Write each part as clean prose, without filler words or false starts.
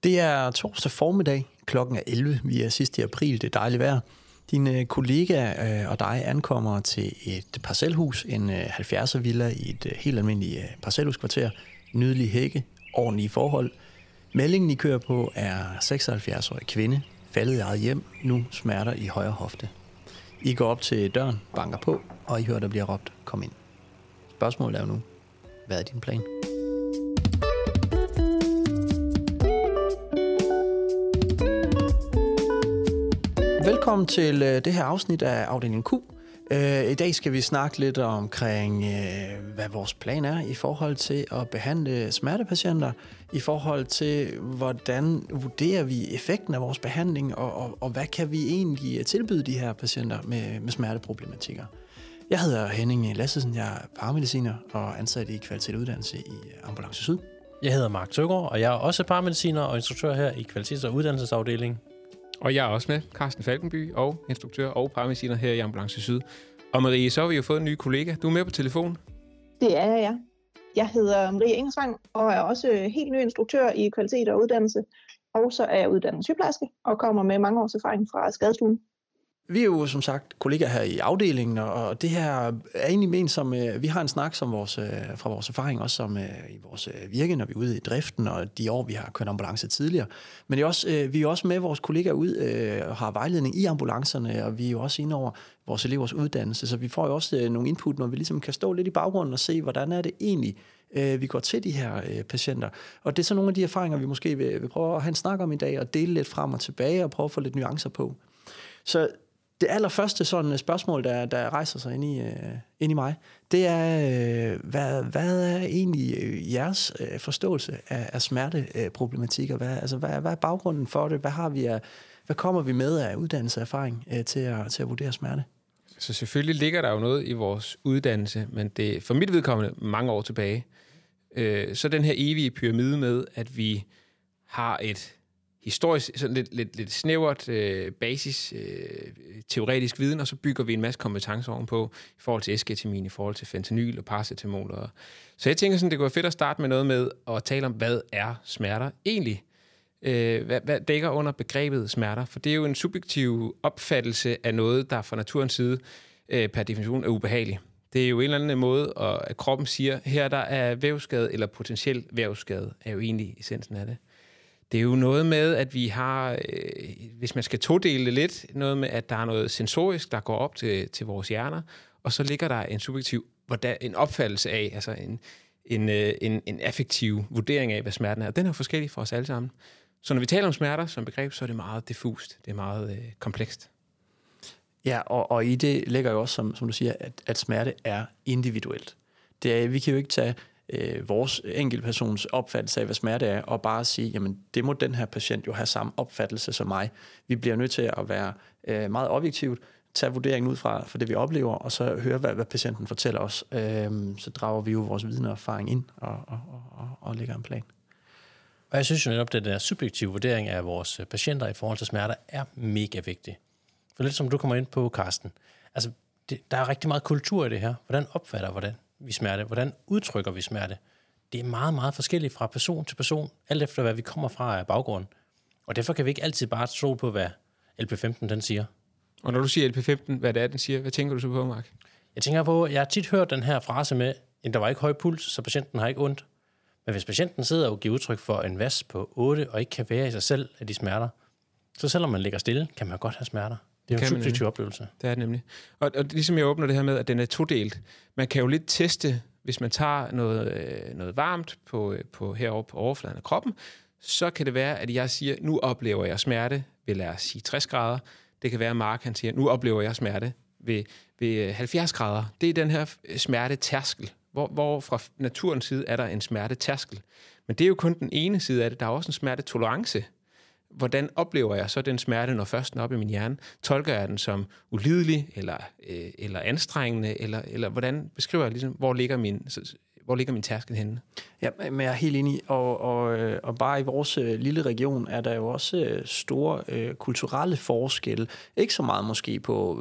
Det er torsdag formiddag. Klokken er 11. Vi er sidst i april. Det er dejligt vejr. Din kollega og dig ankommer til et parcelhus, en 70'er villa i et helt almindeligt parcelhuskvarter. Nydelige hække, ordentlige forhold. Meldingen, I kører på, er 76-årig kvinde, faldet i eget hjem, nu smerter i højre hofte. I går op til døren, banker på, og I hører, der bliver råbt, kom ind. Spørgsmålet er jo nu, hvad er din plan? Velkommen til det her afsnit af Afdeling Q. I dag skal vi snakke lidt omkring, hvad vores plan er i forhold til at behandle smertepatienter, i forhold til, hvordan vurderer vi effekten af vores behandling, og hvad kan vi egentlig tilbyde de her patienter med smerteproblematikker. Jeg hedder Henning Lassesen, jeg er paramediciner og ansat i Kvalitetsuddannelse i Ambulance Syd. Jeg hedder Mark Søgaard, og jeg er også paramediciner og instruktør her i Kvalitets- og Uddannelsesafdelingen. Og jeg er også med, Carsten Falkenby, og instruktør og paramediciner her i Ambulance Syd. Og Marie, så har vi jo fået en ny kollega. Du er med på telefon. Det er jeg, ja. Jeg hedder Marie Ingersvang, og er også helt ny instruktør i Kvalitet og Uddannelse. Og så er jeg uddannet sygeplejerske, og kommer med mange års erfaring fra skadestuen. Vi er jo som sagt kollegaer her i afdelingen, og det her er egentlig ment som, vi har en snak som fra vores erfaring, også som i vores virke, når vi er ude i driften, og de år, vi har kørt ambulance tidligere. Men det er også, vi er også med vores kollegaer ud og har vejledning i ambulancerne, og vi er jo også inde over vores elevers uddannelse, så vi får jo også nogle input, når vi ligesom kan stå lidt i baggrunden og se, hvordan er det egentlig, vi går til de her patienter. Og det er så nogle af de erfaringer, vi måske vil prøve at have en snak om i dag, og dele lidt frem og tilbage, og prøve at få lidt nuancer på. Så det allerførste sådan spørgsmål, der rejser sig ind i mig, det er, hvad er egentlig jeres forståelse af smerteproblematikker? Hvad er baggrunden for det? Hvad kommer vi med af uddannelse og erfaring til at vurdere smerte? Så selvfølgelig ligger der jo noget i vores uddannelse, men det for mit vedkommende mange år tilbage. Så den her evige pyramide med, at vi har et historisk, sådan lidt snævert basis teoretisk viden, og så bygger vi en masse kompetencer ovenpå i forhold til esketamin, i forhold til fentanyl og paracetamol. Så jeg tænker sådan, det kunne være fedt at starte med noget med at tale om, hvad er smerter egentlig? Hvad dækker under begrebet smerter? For det er jo en subjektiv opfattelse af noget, der fra naturens side per definition er ubehageligt. Det er jo en eller anden måde, at kroppen siger, her der er vævsskade eller potentiel vævsskade, er jo egentlig essensen af det. Det er jo noget med, at vi har, hvis man skal todele det lidt, noget med, at der er noget sensorisk, der går op til vores hjerner, og så ligger der en subjektiv en opfattelse af, altså en affektiv vurdering af, hvad smerten er. Den er forskellig for os alle sammen. Så når vi taler om smerter som begreb, så er det meget diffust, det er meget komplekst. Ja, og i det ligger jo også, som du siger, at smerte er individuelt. Vi kan jo ikke tage vores enkeltpersons opfattelse af, hvad smerte er, og bare sige, jamen det må den her patient jo have samme opfattelse som mig. Vi bliver nødt til at være meget objektivt, tage vurderingen ud fra det, vi oplever, og så høre, hvad patienten fortæller os. Så drager vi jo vores viden og erfaring ind og lægger en plan. Og jeg synes jo netop, at den der subjektive vurdering af vores patienter i forhold til smerter er mega vigtig. For lidt som du kommer ind på, Carsten, altså der er rigtig meget kultur i det her. Hvordan opfatter vi smerte? Hvordan udtrykker vi smerte? Det er meget, meget forskelligt fra person til person, alt efter hvad vi kommer fra af baggrunden. Og derfor kan vi ikke altid bare tro på, hvad LP15 den siger. Og når du siger LP15, hvad det er, den siger, hvad tænker du så på, Mark? Jeg tænker på, jeg har tit hørt den her frase med, at der var ikke høj puls, så patienten har ikke ondt. Men hvis patienten sidder og giver udtryk for en VAS på 8, og ikke kan være i sig selv af de smerter, så selvom man ligger stille, kan man godt have smerter. Det er jo en subjektiv oplevelse. Det er det nemlig. Og ligesom jeg åbner det her med, at den er todelt. Man kan jo lidt teste, hvis man tager noget varmt heroppe på overfladen af kroppen, så kan det være, at jeg siger, nu oplever jeg smerte ved, lad os sige, 60 grader. Det kan være, at Mark han siger, nu oplever jeg smerte ved 70 grader. Det er den her smertetærskel, hvor fra naturens side er der en smertetærskel. Men det er jo kun den ene side af det. Der er også en smertetolerance. Hvordan oplever jeg så den smerte, når først den er oppe i min hjerne? Tolker jeg den som ulidelig eller anstrengende? Eller hvordan beskriver jeg, ligesom, hvor ligger hvor ligger min tærskel henne? Ja, men jeg er helt enig, og bare i vores lille region er der jo også store kulturelle forskelle. Ikke så meget måske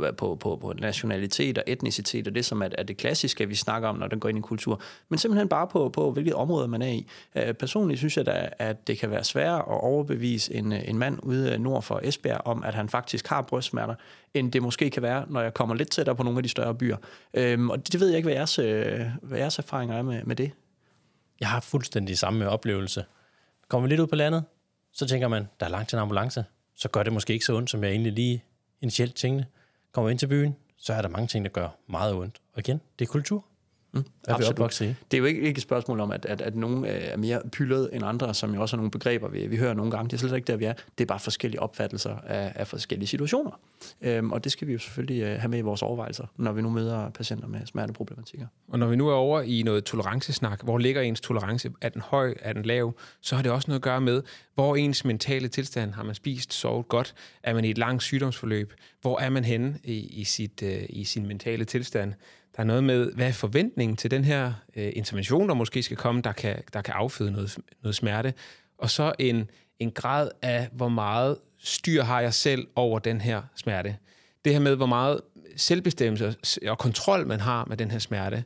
på nationalitet og etnicitet og det, som er det klassiske, vi snakker om, når den går ind i kultur, men simpelthen bare på hvilket område man er i. Personligt synes jeg da, at det kan være svært at overbevise en mand ude nord for Esbjerg om, at han faktisk har brystsmerter, end det måske kan være, når jeg kommer lidt tættere på nogle af de større byer. Og det ved jeg ikke, hvad jeres erfaringer er med det. Jeg har fuldstændig samme oplevelse. Kommer vi lidt ud på landet, så tænker man, der er langt til en ambulance. Så gør det måske ikke så ondt, som jeg egentlig lige initielt tænkte. Kommer vi ind til byen, så er der mange ting, der gør meget ondt. Og igen, det er kultur. Absolut. Det er jo ikke et spørgsmål om, at nogen er mere pyllet end andre, som jo også er nogle begreber, vi hører nogle gange. Det er slet ikke der, vi er. Det er bare forskellige opfattelser af forskellige situationer. Og det skal vi jo selvfølgelig have med i vores overvejelser, når vi nu møder patienter med smerteproblematikker. Og når vi nu er over i noget tolerancesnak, hvor ligger ens tolerance? Er den høj? Er den lav? Så har det også noget at gøre med, hvor ens mentale tilstand, har man spist, sovet godt? Er man i et langt sygdomsforløb? Hvor er man henne i sin mentale tilstand? Der er noget med, hvad er forventningen til den her intervention, der måske skal komme, der kan afføde noget smerte. Og så en grad af, hvor meget styr har jeg selv over den her smerte. Det her med, hvor meget selvbestemmelse og kontrol man har med den her smerte,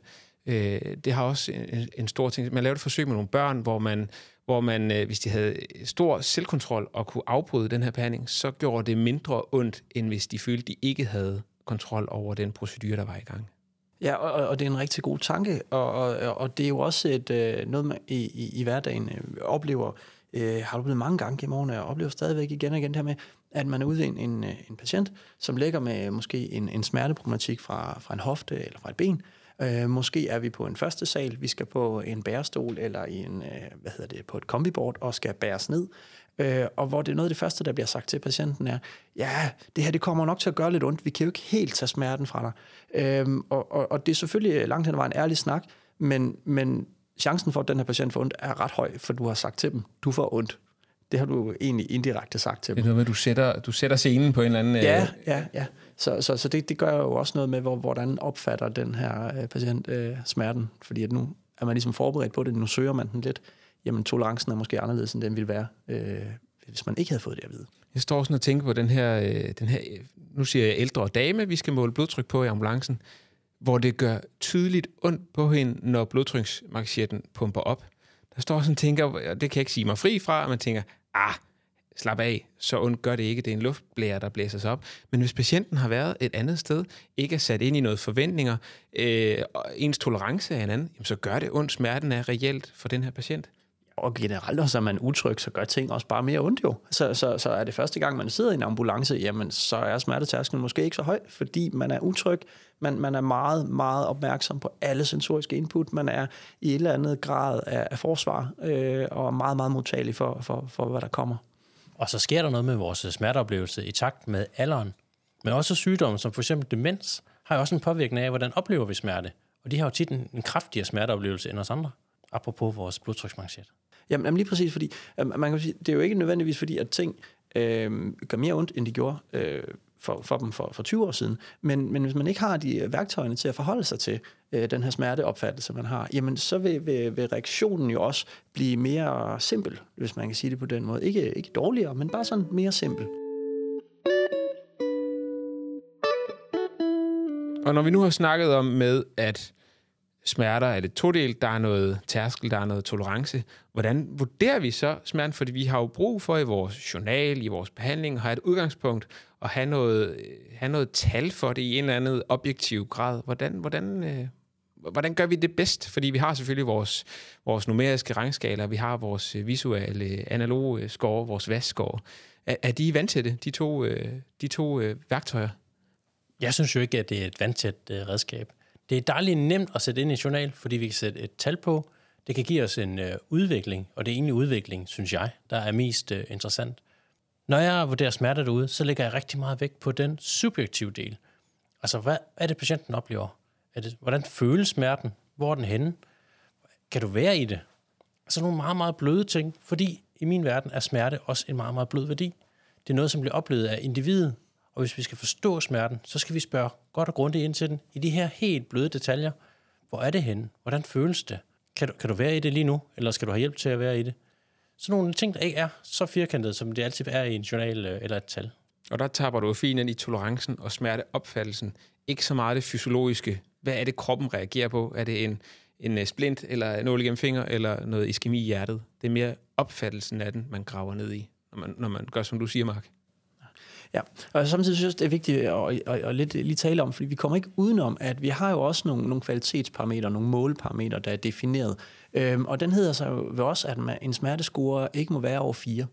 det har også en stor ting. Man lavede et forsøg med nogle børn, hvor man hvis de havde stor selvkontrol og kunne afbryde den her behandling, så gjorde det mindre ondt, end hvis de følte, de ikke havde kontrol over den procedure, der var i gang. Ja, og det er en rigtig god tanke, og det er jo også noget, man i hverdagen oplever, har du blevet mange gange gennem årene, og oplever stadigvæk igen og igen det her med, at man er ude i en patient, som ligger med måske en smerteproblematik fra en hofte eller fra et ben. Måske er vi på en første sal, vi skal på en bærestol eller i på et kombibord og skal bæres ned. Og hvor det er noget af det første, der bliver sagt til patienten er, ja, det her det kommer nok til at gøre lidt ondt, vi kan jo ikke helt tage smerten fra dig. Og det er selvfølgelig langt hen ad vejen en ærlig snak, men chancen for, at den her patient får ondt, er ret høj, for du har sagt til dem, du får ondt. Det har du egentlig indirekte sagt til dem. Det er noget med, du sætter scenen på en eller anden... Ja. Så det gør jo også noget med, hvordan opfatter den her patient smerten. Fordi at nu er man ligesom forberedt på det, nu søger man den lidt. Jamen, tolerancen er måske anderledes, end den ville være, hvis man ikke havde fået det at vide. Jeg står sådan og tænker på den her, nu siger jeg ældre dame, vi skal måle blodtryk på i ambulancen, hvor det gør tydeligt ondt på hende, når blodtryksmarchetten pumper op. Der står sådan og tænker, det kan jeg ikke sige mig fri fra, og man tænker, slap af, så ondt gør det ikke, det er en luftblære, der blæser sig op. Men hvis patienten har været et andet sted, ikke er sat ind i noget forventninger, ens tolerance er en anden, jamen, så gør det ondt, smerten er reelt for den her patient. Og generelt også, er man utryg, så gør ting også bare mere ondt jo. Så er det første gang, man sidder i en ambulance, jamen så er smertetærsklen måske ikke så høj, fordi man er utryg. Man er meget, meget opmærksom på alle sensoriske input. Man er i et eller andet grad af forsvar, og meget, meget modtagelig for, hvad der kommer. Og så sker der noget med vores smerteoplevelse i takt med alderen. Men også sygdomme, som for eksempel demens, har jo også en påvirkning af, hvordan oplever vi smerte. Og de har jo tit en kraftigere smerteoplevelse end os andre, apropos vores blodtryksmanchet. Jamen lige præcis, fordi man kan sige, det er jo ikke nødvendigvis fordi, at ting gør mere ondt, end de gjorde for dem for 20 år siden. Men hvis man ikke har de værktøjerne til at forholde sig til den her smerteopfattelse, man har, jamen så vil reaktionen jo også blive mere simpel, hvis man kan sige det på den måde. Ikke dårligere, men bare sådan mere simpel. Og når vi nu har snakket om med, at smerter er det todelt, der er noget tærskel, der er noget tolerance. Hvordan vurderer vi så smerten? Fordi vi har jo brug for i vores journal, i vores behandling, at have et udgangspunkt og have noget tal for det i en eller anden objektiv grad. Hvordan gør vi det bedst? Fordi vi har selvfølgelig vores numeriske rangskaler, vi har vores visuelle analoge score, vores VAS-score. Er de vandtætte, de to værktøjer? Jeg synes jo ikke, at det er et vandtæt redskab. Det er dejligt nemt at sætte ind i en journal, fordi vi kan sætte et tal på. Det kan give os en udvikling, og det er egentlig udvikling, synes jeg, der er mest interessant. Når jeg vurderer smerte derude, så lægger jeg rigtig meget vægt på den subjektive del. Altså, hvad er det, patienten oplever? Hvordan føles smerten? Hvor er den henne? Kan du være i det? Altså nogle meget, meget bløde ting, fordi i min verden er smerte også en meget, meget blød værdi. Det er noget, som bliver oplevet af individet, og hvis vi skal forstå smerten, så skal vi spørge godt og grundigt ind til den i de her helt bløde detaljer. Hvor er det henne? Hvordan føles det? Kan du være i det lige nu, eller skal du have hjælp til at være i det? Sådan nogle ting, der ikke er så firkantede, som det altid er i en journal eller et tal. Og der tapper du fint ind i tolerancen og smerteopfattelsen. Ikke så meget det fysiologiske. Hvad er det, kroppen reagerer på? Er det en splint, eller nål igennem finger, eller noget iskemi i hjertet? Det er mere opfattelsen af den, man graver ned i, når man gør, som du siger, Mark. Ja, og samtidig synes jeg, det er vigtigt at lidt lige tale om, fordi vi kommer ikke udenom, at vi har jo også nogle kvalitetsparametre, nogle måleparametre, der er defineret. Og den hedder så jo også, at en smertescore ikke må være over 4.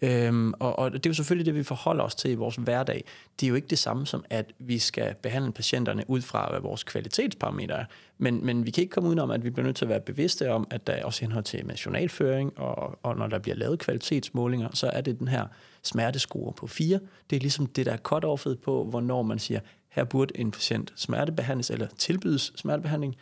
Og det er jo selvfølgelig det, vi forholder os til i vores hverdag. Det er jo ikke det samme som, at vi skal behandle patienterne ud fra, hvad vores kvalitetsparametre er. Men vi kan ikke komme udenom, at vi bliver nødt til at være bevidste om, at der er også henhold til med journalføring, og når der bliver lavet kvalitetsmålinger, så er det den her smertescore på 4. Det er ligesom det, der er cut-offet på, hvornår man siger, her burde en patient smertebehandles eller tilbydes smertebehandling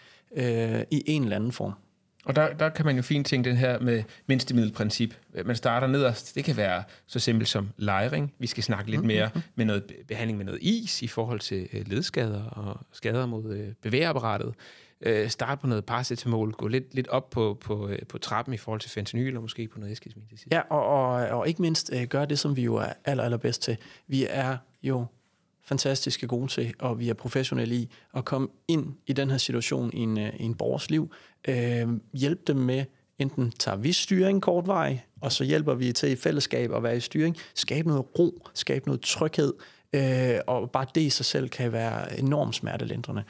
i en eller anden form. Og der kan man jo fint tænke den her med mindstemiddelprincip. Man starter nederst. Det kan være så simpelt som lejring. Vi skal snakke lidt mere med noget behandling med noget is i forhold til ledskader og skader mod bevægeapparatet. Start på noget paracetamol. Gå lidt op på trappen i forhold til fentanyl og måske på noget eskismin. Ja, og ikke mindst gøre det, som vi jo er allerbedst til. Vi er jo fantastiske gode til, og vi er professionelle i at komme ind i den her situation i en borgers liv. Hjælpe dem med, enten tager vi styring kortvej, og så hjælper vi til i fællesskab at være i styring, skabe noget ro, skabe noget tryghed, og bare det i sig selv kan være enormt smertelindrende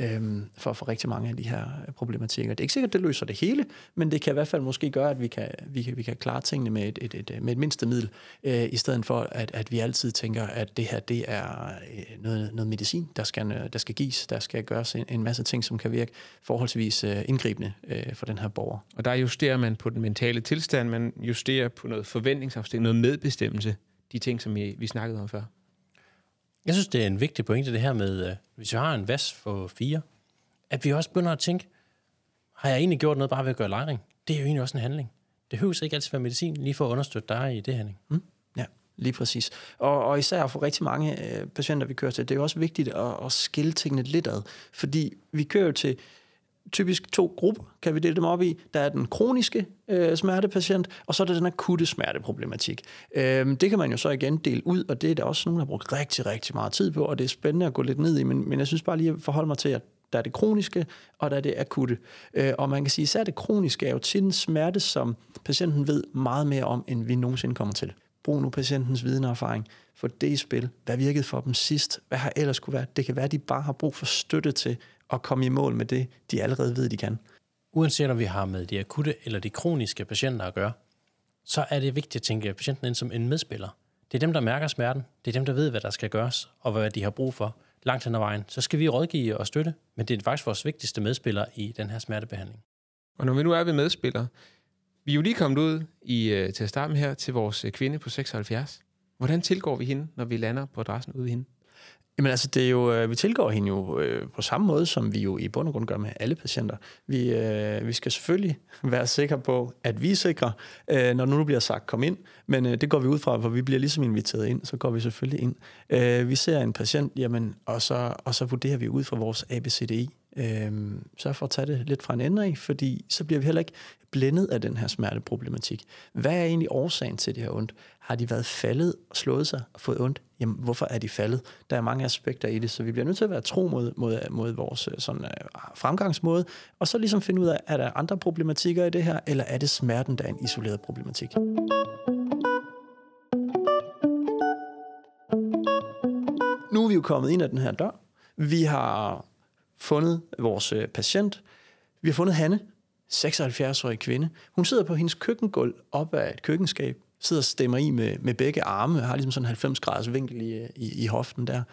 for rigtig mange af de her problematikker. Det er ikke sikkert, at det løser det hele, men det kan i hvert fald måske gøre, at vi kan klare tingene med et mindste middel, i stedet for, at vi altid tænker, at det her, det er noget medicin, der skal gives, der skal gøres en masse ting, som kan virke forholdsvis indgribende for den her borger. Og der justerer man på den mentale tilstand, man justerer på noget forventningsafstemning, noget medbestemmelse, de ting, som vi snakkede om før. Jeg synes, det er en vigtig pointe, det her med, hvis vi har en VAS for 4, at vi også begynder at tænke, har jeg egentlig gjort noget bare ved at gøre lejring? Det er jo egentlig også en handling. Det behøver ikke altid være medicin, lige for at understøtte dig i det handling. Ja, lige præcis. Og især for rigtig mange patienter, vi kører til, det er jo også vigtigt at skille tingene lidt ad, fordi vi kører til typisk 2 grupper, kan vi dele dem op i. Der er den kroniske smertepatient, og så er der den akutte smerteproblematik. Det kan man jo så igen dele ud, og det er der også nogen, der har brugt rigtig, rigtig meget tid på, og det er spændende at gå lidt ned i, men jeg synes bare lige at forholde mig til, at der er det kroniske, og der er det akutte. Og man kan sige, især det kroniske er jo til en smerte, som patienten ved meget mere om, end vi nogensinde kommer til. Brug nu patientens viden og erfaring. Få det i spil. Hvad virkede for dem sidst? Hvad har ellers kunne være? Det kan være, at de bare har brug for støtte til at komme i mål med det, de allerede ved, de kan. Uanset om vi har med de akutte eller de kroniske patienter at gøre, så er det vigtigt at tænke patienten ind som en medspiller. Det er dem, der mærker smerten. Det er dem, der ved, hvad der skal gøres, og hvad de har brug for langt hen ad vejen. Så skal vi rådgive og støtte, men det er faktisk vores vigtigste medspiller i den her smertebehandling. Og når vi nu er ved medspillere, vi er jo lige kommet ud til at starte med her til vores kvinde på 76. Hvordan tilgår vi hende, når vi lander på adressen ude ved hende? Jamen altså, det er jo, vi tilgår hende jo på samme måde, som vi jo i bund og grund gør med alle patienter. Vi skal selvfølgelig være sikre på, at vi er sikre, når nu bliver sagt, kom ind. Men det går vi ud fra, for vi bliver ligesom inviteret ind, så går vi selvfølgelig ind. Vi ser en patient, jamen, og så vurderer vi ud fra vores ABCDI. Så for at tage det lidt fra en ende af, fordi så bliver vi heller ikke blændet af den her smerteproblematik. Hvad er egentlig årsagen til det her ondt? Har de været faldet og slået sig og fået ondt? Jamen, hvorfor er de faldet? Der er mange aspekter i det, så vi bliver nødt til at være tro mod vores sådan, fremgangsmåde, og så ligesom finde ud af, er der andre problematikker i det her, eller er det smerten, der er en isoleret problematik? Nu er vi jo kommet ind ad den her dør. Vi har fundet vores patient. Vi har fundet Hanne, 76-årig kvinde. Hun sidder på hendes køkkengulv op ad et køkkenskab, sidder og stemmer i med begge arme, har ligesom sådan en 90-graders vinkel i hoften der.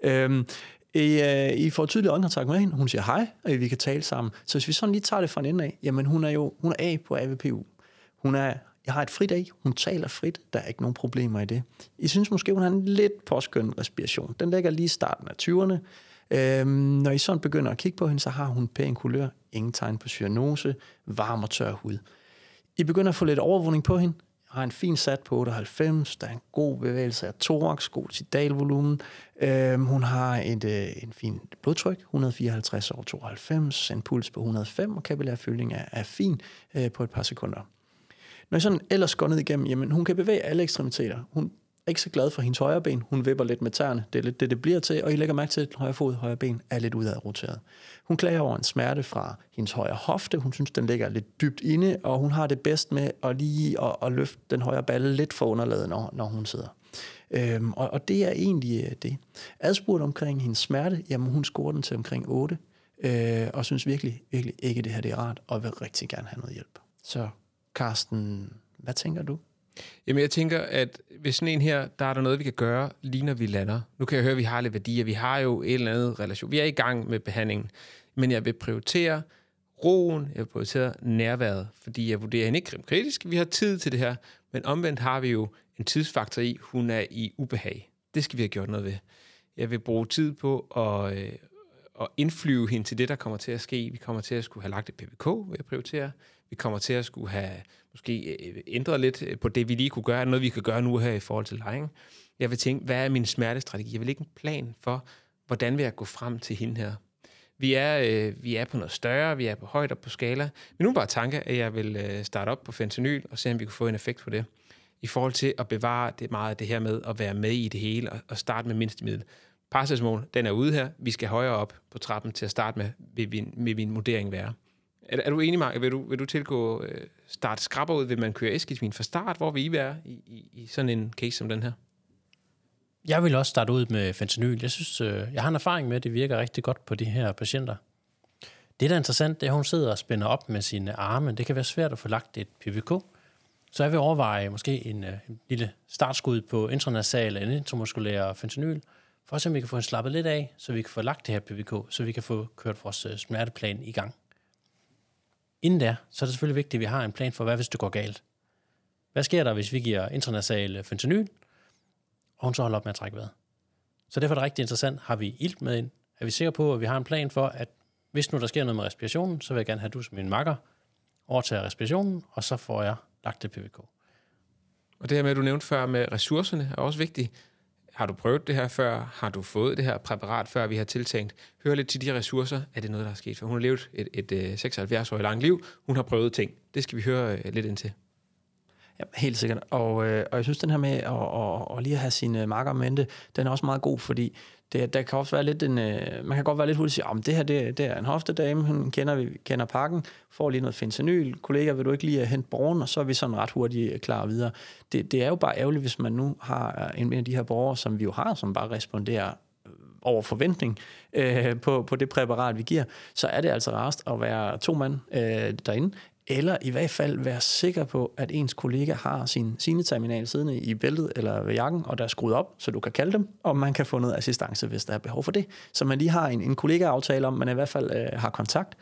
I får tydelig øjenkontakt med hende. Hun siger hej, og vi kan tale sammen. Så hvis vi sådan lige tager det fra en ende af, jamen hun er A på AVPU. Jeg har et frit A, hun taler frit, der er ikke nogen problemer i det. I synes måske, hun har en lidt påskønnet respiration. Den ligger lige i starten af 20'erne. Når I sådan begynder at kigge på hende, så har hun pæn kulør, ingen tegn på cyanose, varm og tør hud. I begynder at få lidt overvågning på hende. har en fin sat på 98, der er en god bevægelse af thorax, god tidalvolumen. Hun har en fin blodtryk, 154 over 92, en puls på 105, og kapillærfyldning er fin på et par sekunder. Når jeg sådan ellers går ned igennem, jamen hun kan bevæge alle ekstremiteter. Hun er ikke så glad for hendes højre ben. Hun vipper lidt med tæerne. Det er lidt det bliver til, og I lægger mærke til, at højre fod, højre ben er lidt udadroteret. Hun klager over en smerte fra hendes højre hofte. Hun synes, den ligger lidt dybt inde, og hun har det bedst med at lige at løfte den højre balle lidt for underlaget, når hun sidder. Og det er egentlig det. Adspurgt omkring hendes smerte, jamen hun scorer den til omkring 8, og synes virkelig, virkelig ikke, det her det er rart, og vil rigtig gerne have noget hjælp. Så Carsten, hvad tænker du? Jamen, jeg tænker, at hvis sådan en her, der er der noget, vi kan gøre, lige når vi lander. Nu kan jeg høre, at vi har lidt værdier. Vi har jo en eller anden relation. Vi er i gang med behandlingen. Men jeg vil prioritere roen, jeg vil prioritere nærværet, fordi jeg vurderer hende ikke kritisk. Vi har tid til det her, men omvendt har vi jo en tidsfaktor i, hun er i ubehag. Det skal vi have gjort noget ved. Jeg vil bruge tid på at indflyve hende til det, der kommer til at ske. Vi kommer til at skulle have lagt et PPK, vil jeg prioritere. Vi kommer til at skulle have måske ændret lidt på det, vi lige kunne gøre. Noget, vi kan gøre nu her i forhold til lejring. Jeg vil tænke, hvad er min smertestrategi? Jeg vil ikke en plan for, hvordan vil jeg gå frem til hende her. Vi er på noget større, vi er på højt op på skala. Men nu bare tanke, at jeg vil starte op på fentanyl, og se, om vi kan få en effekt på det. I forhold til at bevare det meget af det her med at være med i det hele, og starte med mindste middel. Parselsmål, den er ude her. Vi skal højere op på trappen til at starte med, vil min vurdering være. Er du enig, Mark? Vil du tilgå starte skrabber ud? Vil man køre eskismin fra start? Hvor vil I være i sådan en case som den her? Jeg vil også starte ud med fentanyl. Jeg synes, jeg har en erfaring med, at det virker rigtig godt på de her patienter. Det, der er interessant, det er, at hun sidder og spænder op med sine arme. Det kan være svært at få lagt et PVK. Så jeg vil overveje måske en lille startskud på intranasal eller intramuskulær fentanyl, for at se, om vi kan få en slappet lidt af, så vi kan få lagt det her PVK, så vi kan få kørt vores smerteplan i gang. Inden der, så er det selvfølgelig vigtigt, at vi har en plan for, hvad hvis det går galt. Hvad sker der, hvis vi giver intranasal fentanyl, og hun så holder op med at trække vejret? Så derfor er det rigtig interessant, har vi ilt med ind? Er vi sikre på, at vi har en plan for, at hvis nu der sker noget med respirationen, så vil jeg gerne have du som min makker overtager respirationen, og så får jeg lagt det PVK. Og det her med, at du nævnte før med ressourcerne, er også vigtigt. Har du prøvet det her før? Har du fået det her præparat før, vi har tiltænkt? Hør lidt til de ressourcer. Er det noget, der er sket? For hun har levet et 76-årigt langt liv. Hun har prøvet ting. Det skal vi høre lidt ind til. Ja, helt sikkert. Og jeg synes, den her med at lige have sine marker mente, den er også meget god, fordi der kan også være lidt man kan godt være lidt hurtigt sige, det her det er en hoftedame, hun kender pakken, får lige noget fentanyl, kollega, vil du ikke lige hente borgeren, og så er vi sådan ret hurtigt klar videre. Det er jo bare ærgerligt, hvis man nu har en af de her borgere, som vi jo har, som bare responderer over forventning på det præparat, vi giver, så er det altså rarest at være 2 mand derinde, eller i hvert fald være sikker på, at ens kollega har sin sineterminal siddende i bæltet eller ved jakken, og der er skruet op, så du kan kalde dem, og man kan få noget assistance, hvis der er behov for det. Så man lige har en kollega-aftale om, man i hvert fald har kontakt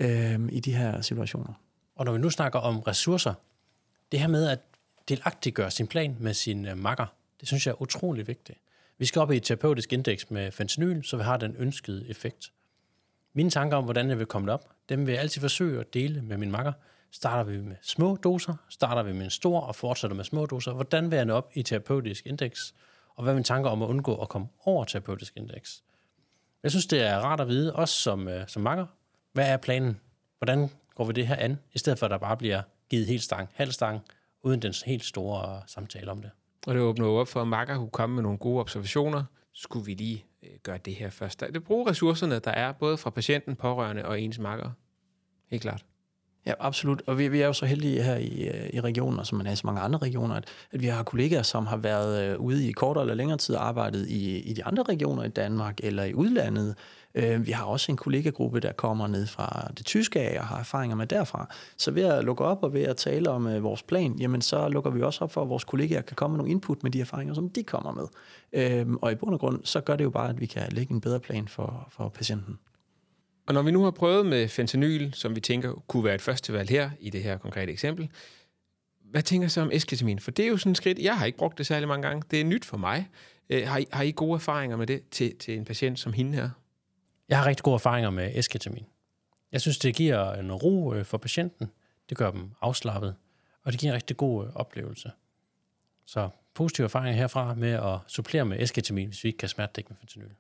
i de her situationer. Og når vi nu snakker om ressourcer, det her med at delagtiggøre sin plan med sin makker, det synes jeg er utrolig vigtigt. Vi skal op i et terapeutisk indeks med fentanyl, så vi har den ønskede effekt. Mine tanker om, hvordan jeg vil komme op, dem vil jeg altid forsøge at dele med min makker. Starter vi med små doser, starter vi med en stor og fortsætter med små doser. Hvordan vil jeg nå op i terapeutisk indeks? Og hvad er mine tanker om at undgå at komme over terapeutisk indeks? Jeg synes, det er rart at vide, også som makker. Hvad er planen? Hvordan går vi det her an? I stedet for, at der bare bliver givet helt stang, halv stang, uden den helt store samtale om det. Og det åbner op for, at makker kunne komme med nogle gode observationer. Skulle vi lige gøre det her først? Det bruger ressourcerne, der er, både fra patienten, pårørende og ens makker. Helt klart. Ja, absolut. Og vi er jo så heldige her i regionen, og som man er i så mange andre regioner, at vi har kollegaer, som har været ude i kortere eller længere tid arbejdet i de andre regioner i Danmark eller i udlandet. Vi har også en kollegagruppe, der kommer ned fra det tyske af og har erfaringer med derfra. Så ved at lukke op og ved at tale om vores plan, jamen så lukker vi også op for, at vores kollegaer kan komme med nogle input med de erfaringer, som de kommer med. Og i bund og grund, så gør det jo bare, at vi kan lægge en bedre plan for patienten. Og når vi nu har prøvet med fentanyl, som vi tænker kunne være et førstevalg her, i det her konkrete eksempel, hvad tænker så om esketamin? For det er jo sådan et skridt, jeg har ikke brugt det særlig mange gange. Det er nyt for mig. Har I gode erfaringer med det til en patient som hende her? Jeg har rigtig gode erfaringer med esketamin. Jeg synes, det giver en ro for patienten. Det gør dem afslappet. og det giver en rigtig god oplevelse. Så positive erfaringer herfra med at supplere med esketamin, hvis vi ikke kan smertedække med fentanyl.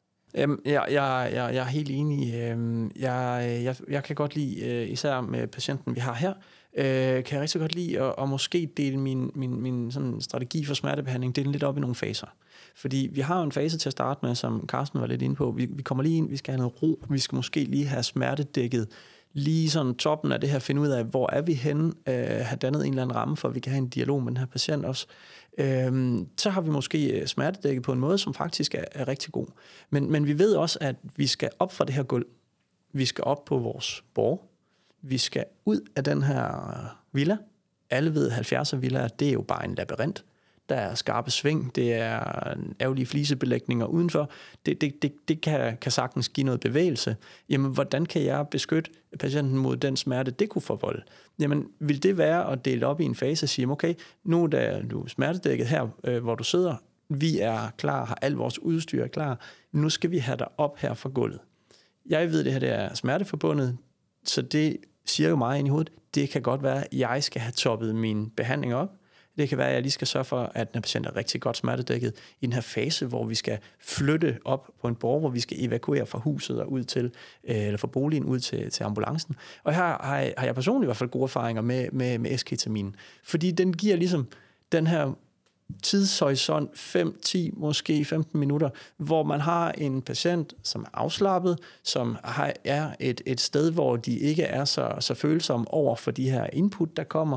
Jeg er helt enig. Jeg kan godt lide, især med patienten, vi har her, kan jeg rigtig godt lide at måske dele min sådan strategi for smertebehandling, dele lidt op i nogle faser. Fordi vi har jo en fase til at starte med, som Carsten var lidt inde på. Vi kommer lige ind, vi skal have noget ro, vi skal måske lige have smertedækket lige sådan toppen af det her, finde ud af, hvor er vi henne, have dannet en eller anden ramme, for at vi kan have en dialog med den her patient også. Så har vi måske smertedækket på en måde, som faktisk er rigtig god. Men vi ved også, at vi skal op fra det her gulv. Vi skal op på vores borg. Vi skal ud af den her villa. Alle ved, 70'er villaer, det er jo bare en labyrint. Der er skarpe sving, det er ærgerlige flisebelægninger udenfor. Det kan sagtens give noget bevægelse. Jamen, hvordan kan jeg beskytte patienten mod den smerte, det kunne forvolde? Jamen, vil det være at dele op i en fase og sige, okay, nu er du smertedækket her, hvor du sidder. Vi er klar, har alt vores udstyr klar. Nu skal vi have dig op her fra gulvet. Jeg ved, det her det er smerteforbundet, så det siger jo mig ind i hovedet. Det kan godt være, at jeg skal have toppet min behandling op. Det kan være, at jeg lige skal sørge for, at den patient er rigtig godt smertedækket i den her fase, hvor vi skal flytte op på en borg, hvor vi skal evakuere fra huset og ud til, eller fra boligen ud til ambulancen. Og her har jeg personligt i hvert fald gode erfaringer med esketamin, fordi den giver ligesom den her tidshorisont 5, 10, måske 15 minutter, hvor man har en patient, som er afslappet, som er et sted, hvor de ikke er så følsomme over for de her input, der kommer,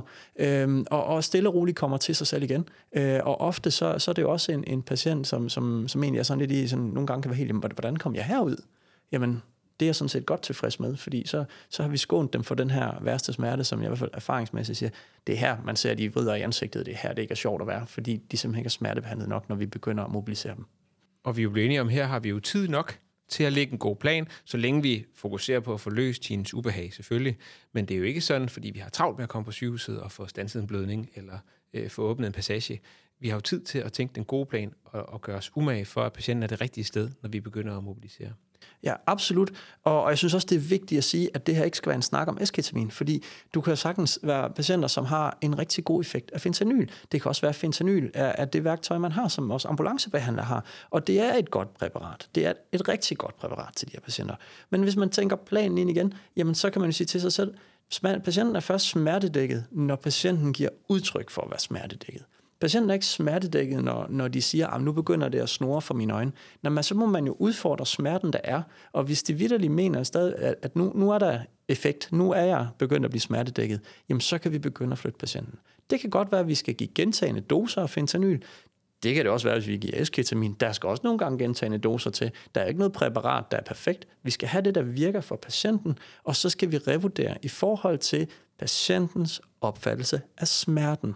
og stille og roligt kommer til sig selv igen. Og ofte så er det jo også en patient, som egentlig er sådan lidt i, sådan, nogle gange kan være helt, hvordan kom jeg herud? Jamen, det er jeg sådan set godt tilfreds med, fordi så har vi skånet dem for den her værste smerte, som jeg i hvert fald erfaringsmæssigt siger, det er her, man ser, at de vrider i ansigtet, det er her, det ikke er sjovt at være, fordi de simpelthen ikke er smertebehandlet nok, når vi begynder at mobilisere dem. Og vi er jo blevet enige om, her har vi jo tid nok til at lægge en god plan, så længe vi fokuserer på at få løst hendes ubehag, selvfølgelig. Men det er jo ikke sådan, fordi vi har travlt med at komme på sygehuset og få standset en blødning, eller få åbnet en passage. Vi har jo tid til at tænke den gode plan og gøre os umage for, at patienten er det rigtige sted, når vi begynder at mobilisere. Ja, absolut. Og jeg synes også, det er vigtigt at sige, at det her ikke skal være en snak om esketamin, fordi du kan jo sagtens være patienter, som har en rigtig god effekt af fentanyl. Det kan også være, at fentanyl er det værktøj, man har, som også ambulancebehandler har. Og det er et godt præparat. Det er et rigtig godt præparat til de her patienter. Men hvis man tænker planen ind igen, jamen så kan man jo sige til sig selv, patienten er først smertedækket, når patienten giver udtryk for at være smertedækket. Patienten er ikke smertedækket, når de siger, at nu begynder det at snurre for mine øjne. Men så må man jo udfordre smerten, der er. Og hvis de vitterligt mener stadig, at nu er der effekt, nu er jeg begyndt at blive smertedækket, jamen så kan vi begynde at flytte patienten. Det kan godt være, at vi skal give gentagende doser af fentanyl. Det kan det også være, hvis vi giver esketamin. Der skal også nogle gange gentagende doser til. Der er ikke noget præparat, der er perfekt. Vi skal have det, der virker for patienten, og så skal vi revurdere i forhold til patientens opfattelse af smerten.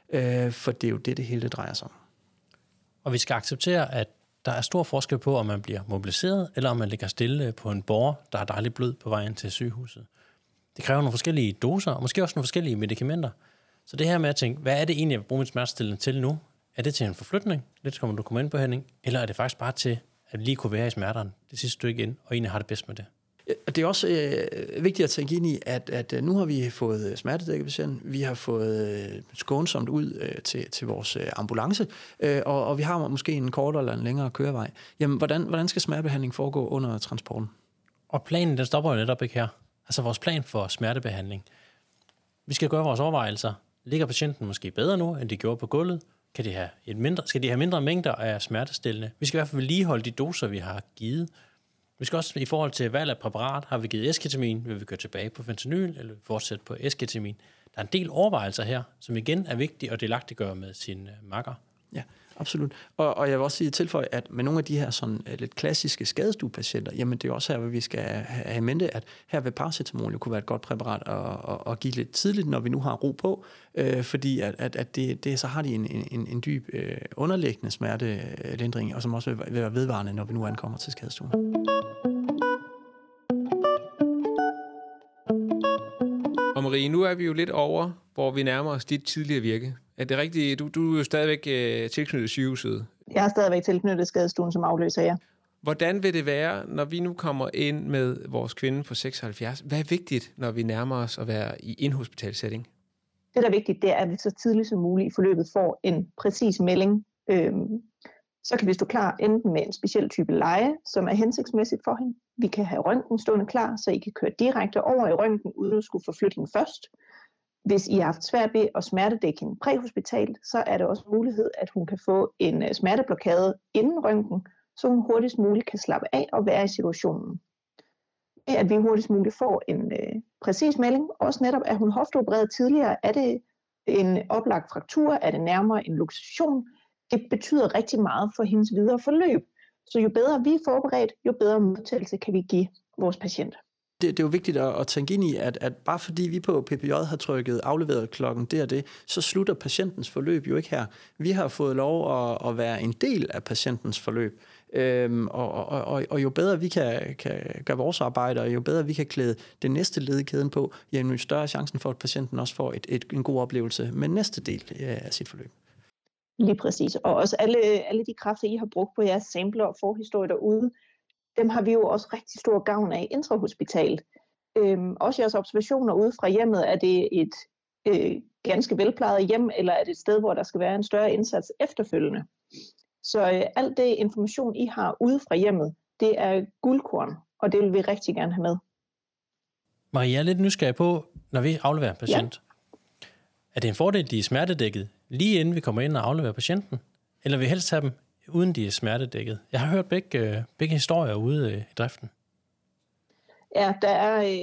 For det er jo det hele det drejer sig om. Og vi skal acceptere, at der er stor forskel på, om man bliver mobiliseret, eller om man ligger stille på en borger, der er dejligt blød på vejen til sygehuset. Det kræver nogle forskellige doser, og måske også nogle forskellige medicamenter. Så det her med at tænke, hvad er det egentlig, jeg vil bruge mit smertestillende til nu? Er det til en forflytning? Lidt kommer du ind på, Henning. Eller er det faktisk bare til, at lige kunne være i smerterne det sidste stykke ind, og egentlig har det bedst med det? Det er også vigtigt at tænke ind i, at nu har vi fået smertedækket patienten, vi har fået skånsomt ud til vores ambulance, og vi har måske en kortere eller en længere kørevej. Jamen, hvordan skal smertebehandling foregå under transporten? Og planen, den stopper jo netop ikke her. Altså vores plan for smertebehandling. Vi skal gøre vores overvejelser. Ligger patienten måske bedre nu, end de gjorde på gulvet? Skal de have mindre mængder af smertestillende? Vi skal i hvert fald vedligeholde de doser, vi har givet. Vi skal også i forhold til valg af præparat, har vi givet esketamin, vil vi gå tilbage på fentanyl, eller vil vi fortsætte på esketamin. Der er en del overvejelser her, som igen er vigtige at delagtiggøre med sin makker. Ja, absolut. Og jeg vil også sige tilføje, at med nogle af de her sådan lidt klassiske skadestuepatienter, jamen det er også her, hvor vi skal have i mente, at her vil paracetamol jo kunne være et godt præparat at give lidt tidligt, når vi nu har ro på, fordi at det så har de en dyb underliggende smertelindring, og som også vil være vedvarende, når vi nu ankommer til skadestuen. Og Marie, nu er vi jo lidt over, hvor vi nærmer os dit tidligere virke. Er det rigtigt? Du er jo stadigvæk tilknyttet sygehuset. Jeg er stadigvæk tilknyttet skadestuen som afløser, ja. Hvordan vil det være, når vi nu kommer ind med vores kvinde på 76? Hvad er vigtigt, når vi nærmer os at være i en hospitalsætning? Det, der er vigtigt, det er, at vi så tidligt som muligt i forløbet får en præcis melding. Så kan vi stå klar enten med en speciel type leje, som er hensigtsmæssigt for hende. Vi kan have røntgen stående klar, så I kan køre direkte over i røntgen, uden at skulle forflytte hende først. Hvis I har haft svært ved at smertedække hende præhospitalt, så er det også mulighed, at hun kan få en smerteblokade inden røntgen, så hun hurtigst muligt kan slappe af og være i situationen. At vi hurtigst muligt får en præcis melding, også netop, at hun hofteopereret tidligere, er det en oplagt fraktur, er det nærmere en luxation. Det betyder rigtig meget for hendes videre forløb. Så jo bedre vi er forberedt, jo bedre modtagelse kan vi give vores patient. Det er jo vigtigt at tænke ind i, at bare fordi vi på PPJ har trykket afleveret klokken det og det, så slutter patientens forløb jo ikke her. Vi har fået lov at være en del af patientens forløb. Og jo bedre vi kan gøre vores arbejde, og jo bedre vi kan klæde det næste led i kæden på, jo større chancen for, at patienten også får en god oplevelse med næste del af sit forløb. Lige præcis. Og også alle de kræfter, I har brugt på jeres sampler og forhistorie derude, dem har vi jo også rigtig stor gavn af intrahospitalt. Også jeres observationer ude fra hjemmet, er det et ganske velplejet hjem, eller er det et sted, hvor der skal være en større indsats efterfølgende? Så alt det information, I har ude fra hjemmet, det er guldkorn, og det vil vi rigtig gerne have med. Marie, jeg er lidt nysgerrig på, når vi afleverer en patient. Ja. Er det en fordel, de er smertedækket, lige inden vi kommer ind og afleverer patienten? Eller vil vi helst have dem, uden de er smertedækket? Jeg har hørt begge historier ude i driften. Ja, der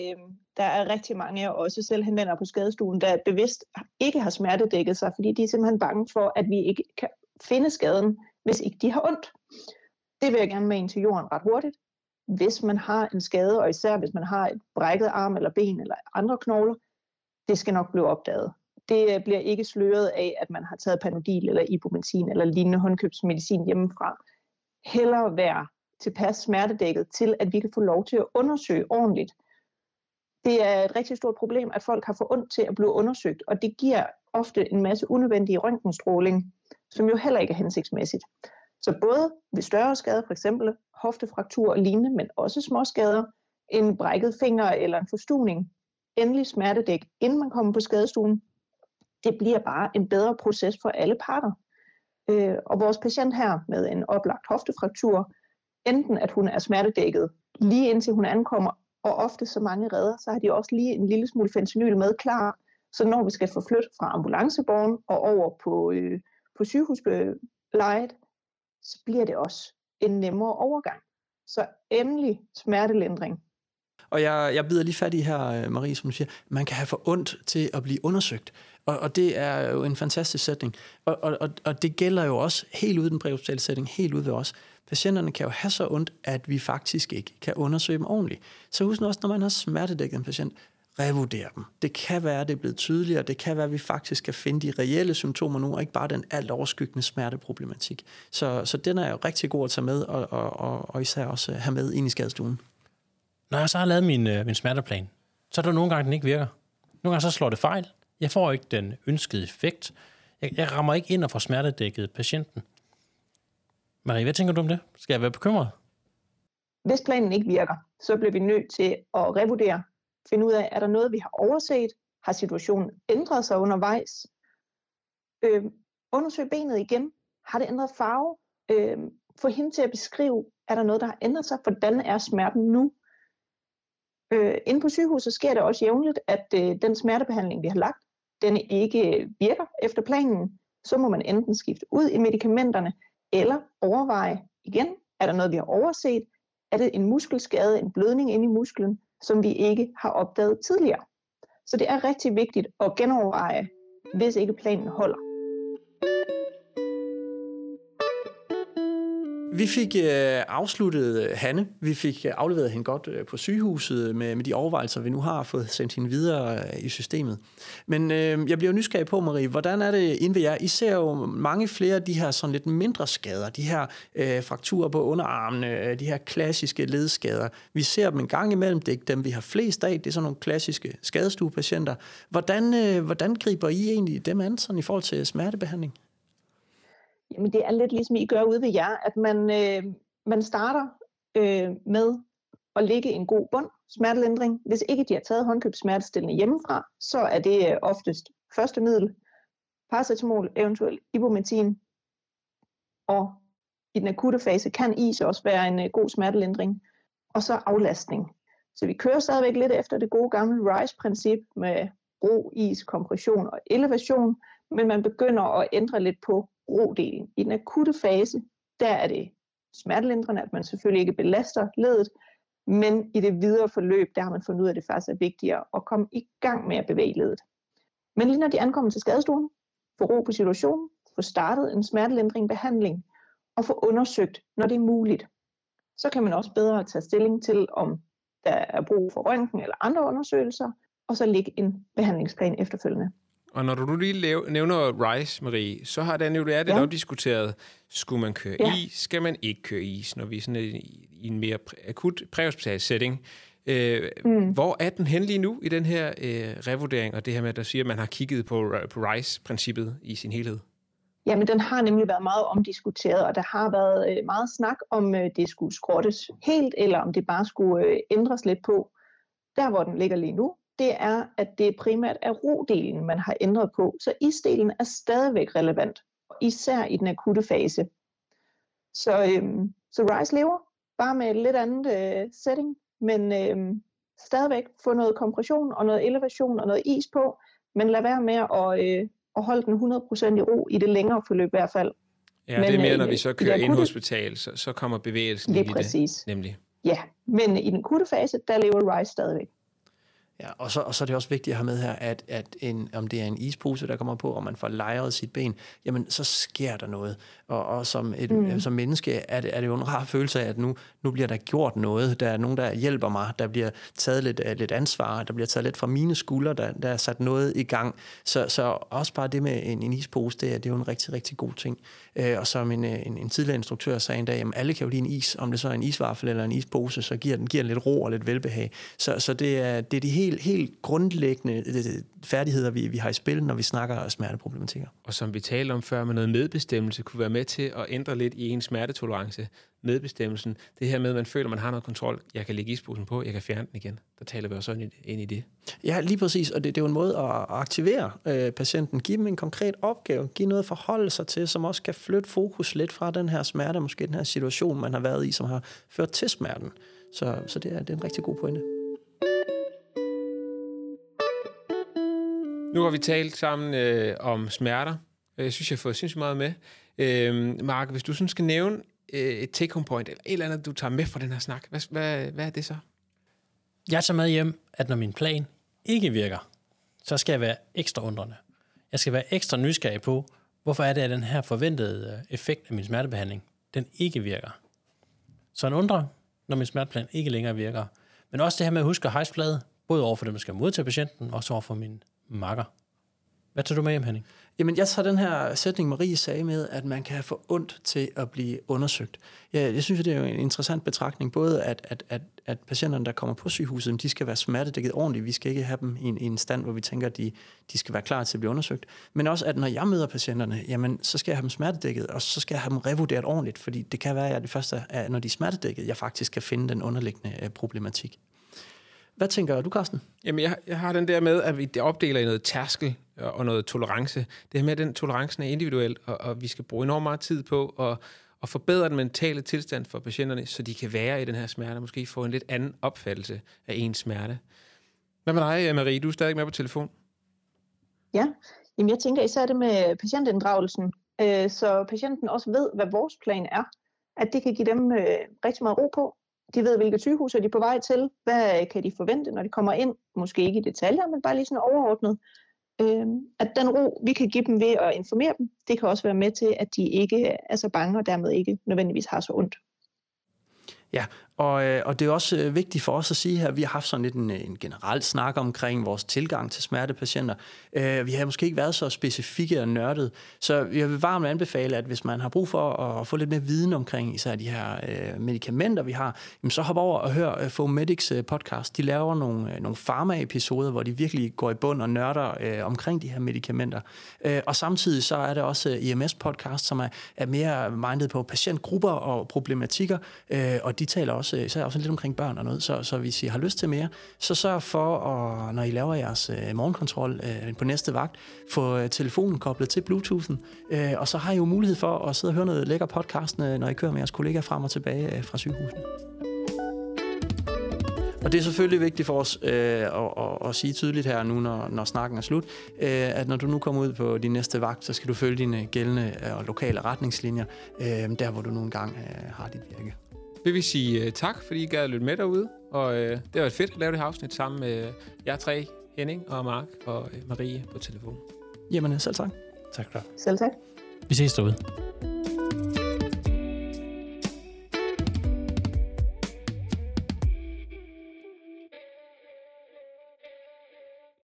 er rigtig mange, og også selv henvender på skadestuen, der bevidst ikke har smertedækket sig, fordi de er simpelthen bange for, at vi ikke kan finde skaden, hvis ikke de har ondt. Det vil jeg gerne med ind til jorden ret hurtigt. Hvis man har en skade, og især hvis man har et brækket arm eller ben eller andre knogler, det skal nok blive opdaget. Det bliver ikke sløret af, at man har taget Panodil eller Ibuprofen eller lignende håndkøbsmedicin hjemmefra. Hellere være tilpas smertedækket til, at vi kan få lov til at undersøge ordentligt. Det er et rigtig stort problem, at folk har for ondt til at blive undersøgt, og det giver ofte en masse unødvendig røntgenstråling, som jo heller ikke er hensigtsmæssigt. Så både ved større skader, f.eks. hoftefraktur og lignende, men også små skader, en brækket finger eller en forstuvning, endelig smertedæk, inden man kommer på skadestuen, det bliver bare en bedre proces for alle parter. Og vores patient her med en oplagt hoftefraktur, enten at hun er smertedækket lige indtil hun ankommer, og ofte så mange redder, så har de også lige en lille smule fentanyl med klar, så når vi skal forflytte fra ambulanceborgen og over på sygehuslejet, så bliver det også en nemmere overgang. Så endelig smertelindring. Og jeg bider lige fat i her, Marie, som du siger, man kan have for ondt til at blive undersøgt. Og det er jo en fantastisk sætning. Og det gælder jo også helt ude i den præhospitale setting, helt ude ved os. Patienterne kan jo have så ondt, at vi faktisk ikke kan undersøge dem ordentligt. Så husk nu også, når man har smertedækket en patient, revurdere dem. Det kan være, det er blevet tydeligere. Det kan være, at vi faktisk kan finde de reelle symptomer nu, og ikke bare den alt overskyggende smerteproblematik. Så den er jo rigtig god at tage med, og især også have med ind i skadestuen. Når jeg så har lavet min smerteplan, så er der nogle gange, den ikke virker. Nogle gange så slår det fejl. Jeg får ikke den ønskede effekt. Jeg rammer ikke ind og får smertedækket patienten. Marie, hvad tænker du om det? Skal jeg være bekymret? Hvis planen ikke virker, så bliver vi nødt til at revurdere. Finde ud af, er der noget, vi har overset? Har situationen ændret sig undervejs? Undersøg benet igen. Har det ændret farve? Få hende til at beskrive, er der noget, der har ændret sig? Hvordan er smerten nu? Inde på sygehuset sker det også jævnligt, at den smertebehandling, vi har lagt, den ikke virker efter planen. Så må man enten skifte ud i medikamenterne, eller overveje igen, er der noget, vi har overset? Er det en muskelskade, en blødning inde i musklen, som vi ikke har opdaget tidligere? Så det er rigtig vigtigt at genoverveje, hvis ikke planen holder. Vi fik afsluttet Hanne. Vi fik afleveret hende godt på sygehuset med de overvejelser, vi nu har fået sendt hende videre i systemet. Men jeg bliver nysgerrig på, Marie, hvordan er det inde ved jer? I ser jo mange flere af de her sådan lidt mindre skader, de her frakturer på underarmene, de her klassiske ledskader. Vi dem en gang imellem, det er ikke dem, vi har flest af, det er sådan nogle klassiske skadestuepatienter. Hvordan griber I egentlig dem an sådan i forhold til smertebehandling? Jamen det er lidt ligesom I gør ude ved jer, at man starter med at lægge en god bund smertelindring. Hvis ikke de har taget håndkøbssmertestillende hjemmefra, så er det oftest første middel, paracetamol, eventuelt ibuprofen, og i den akutte fase kan is også være en god smertelindring, og så aflastning. Så vi kører stadigvæk lidt efter det gode gamle RISE-princip med ro, is, kompression og elevation, men man begynder at ændre lidt på rodelen. I den akutte fase, der er det smertelindrende, at man selvfølgelig ikke belaster ledet, men i det videre forløb, der har man fundet ud af, at det faktisk er vigtigere at komme i gang med at bevæge ledet. Men lige når de ankommer til skadestuen, få ro på situationen, få startet en smertelindring behandling og få undersøgt, når det er muligt. Så kan man også bedre tage stilling til, om der er brug for røntgen eller andre undersøgelser, og så lægge en behandlingsplan efterfølgende. Og når du lige nævner RISE, Marie, så har den jo lidt omdiskuteret, skulle man køre is, skal man ikke køre is, når vi er sådan i en mere akut præhospital setting. Hvor er den hen lige nu i den her revurdering, og det her med, der siger, at man har kigget på RISE-princippet i sin helhed? Jamen, den har nemlig været meget omdiskuteret, og der har været meget snak om, det skulle skrottes helt, eller om det bare skulle ændres lidt på. Der, hvor den ligger lige nu, det er, at det primært er rodelen, man har ændret på. Så isdelen er stadigvæk relevant, især i den akutte fase. Så RISE lever, bare med et lidt andet setting, men stadigvæk få noget kompression og noget elevation og noget is på, men lad være med at holde den 100% i ro i det længere forløb i hvert fald. Ja, men, det er mere, når vi så kører ind hospital, så kommer bevægelsen i det, nemlig. Ja, men i den akutte fase, der lever RISE stadigvæk. Ja, og så er det også vigtigt at have med her, at om det er en ispose, der kommer på, og man får lejret sit ben, jamen så sker der noget. Og som menneske er det jo en rar følelse af, at nu bliver der gjort noget. Der er nogen, der hjælper mig. Der bliver taget lidt ansvar. Der bliver taget lidt fra mine skuldre. Der er sat noget i gang. Så også bare det med en ispose, det er jo en rigtig, rigtig god ting. Og som en tidligere instruktør sagde en dag, jamen alle kan jo lide en is. Om det så er en isvaffel eller en ispose, så giver den lidt ro og lidt velbehag. Så det er de helt grundlæggende færdigheder, vi har i spil, når vi snakker smerteproblematikker. Og som vi talte om før, med noget medbestemmelse, kunne være med til at ændre lidt i ens smertetolerance. Medbestemmelsen, det her med, at man føler, at man har noget kontrol. Jeg kan lægge isposen på, jeg kan fjerne den igen. Der taler vi også ind i det. Ja, lige præcis. Og det er jo en måde at aktivere patienten. Give dem en konkret opgave. Give noget at forholde sig til, som også kan flytte fokus lidt fra den her smerte, måske den her situation, man har været i, som har ført til smerten. Så det er en rigtig god pointe. Nu har vi talt sammen om smerter. Jeg synes, jeg har fået sindssygt meget med. Mark, hvis du sådan skal nævne et take-home point, eller et eller andet, du tager med fra den her snak, hvad er det så? Jeg tager med hjem, at når min plan ikke virker, så skal jeg være ekstra undrende. Jeg skal være ekstra nysgerrig på, hvorfor er det, at den her forventede effekt af min smertebehandling, den ikke virker. Så en undre, når min smerteplan ikke længere virker. Men også det her med at huske at hejse flaget, både over for dem, der skal modtage patienten, og også over for min makker. Hvad tager du med hjem, Henning? Jamen, jeg tager den her sætning, Marie sagde med, at man kan få ondt til at blive undersøgt. Ja, jeg synes, det er jo en interessant betragtning, både at patienterne, der kommer på sygehuset, de skal være smertedækket ordentligt. Vi skal ikke have dem i en stand, hvor vi tænker, at de skal være klar til at blive undersøgt. Men også, at når jeg møder patienterne, jamen, så skal jeg have dem smertedækket, og så skal jeg have dem revurderet ordentligt, fordi det kan være, at det første er, når de er smertedækket, jeg faktisk kan finde den underliggende problematik. Hvad tænker du, Carsten? Jamen, jeg har den der med, at vi opdeler i noget tærskel og noget tolerance. Det her med, at den tolerancen er individuel, og vi skal bruge enormt meget tid på at forbedre den mentale tilstand for patienterne, så de kan være i den her smerte, og måske få en lidt anden opfattelse af ens smerte. Hvad med dig, Marie? Du er stadig med på telefon. Ja, jamen jeg tænker især det med patientinddragelsen, så patienten også ved, hvad vores plan er. At det kan give dem rigtig meget ro på. De ved, hvilke sygehus er de på vej til. Hvad kan de forvente, når de kommer ind? Måske ikke i detaljer, men bare lige sådan overordnet. At den ro, vi kan give dem ved at informere dem, det kan også være med til, at de ikke er så bange, og dermed ikke nødvendigvis har så ondt. Ja, og det er også vigtigt for os at sige her, at vi har haft sådan lidt en generel snak omkring vores tilgang til smertepatienter. Vi har måske ikke været så specifikke og nørdet, så jeg vil varmt anbefale, at hvis man har brug for at få lidt mere viden omkring især de her medicamenter, vi har, så hop over og hør Fomedics podcast. De laver nogle pharma-episoder, hvor de virkelig går i bund og nørder omkring de her medicamenter. Og samtidig så er der også EMS-podcast, som er mere mindet på patientgrupper og problematikker, og de taler også, så er også lidt omkring børn og noget, så hvis I har lyst til mere, så sørg for, at, når I laver jeres morgenkontrol på næste vagt, få telefonen koblet til Bluetoothen, og så har I jo mulighed for at sidde og høre noget lækker podcast, når I kører med jeres kollegaer frem og tilbage fra sygehusene. Og det er selvfølgelig vigtigt for os at sige tydeligt her nu, når snakken er slut, at når du nu kommer ud på din næste vagt, så skal du følge dine gældende og lokale retningslinjer, der hvor du nu engang har dit virke. Vil vi sige tak, fordi I gad at lytte med derude, og det har været fedt at lave det her afsnit sammen med jer tre, Henning og Mark og Marie på telefon. Jamen, selv tak. Tak for det. Selv tak. Vi ses derude.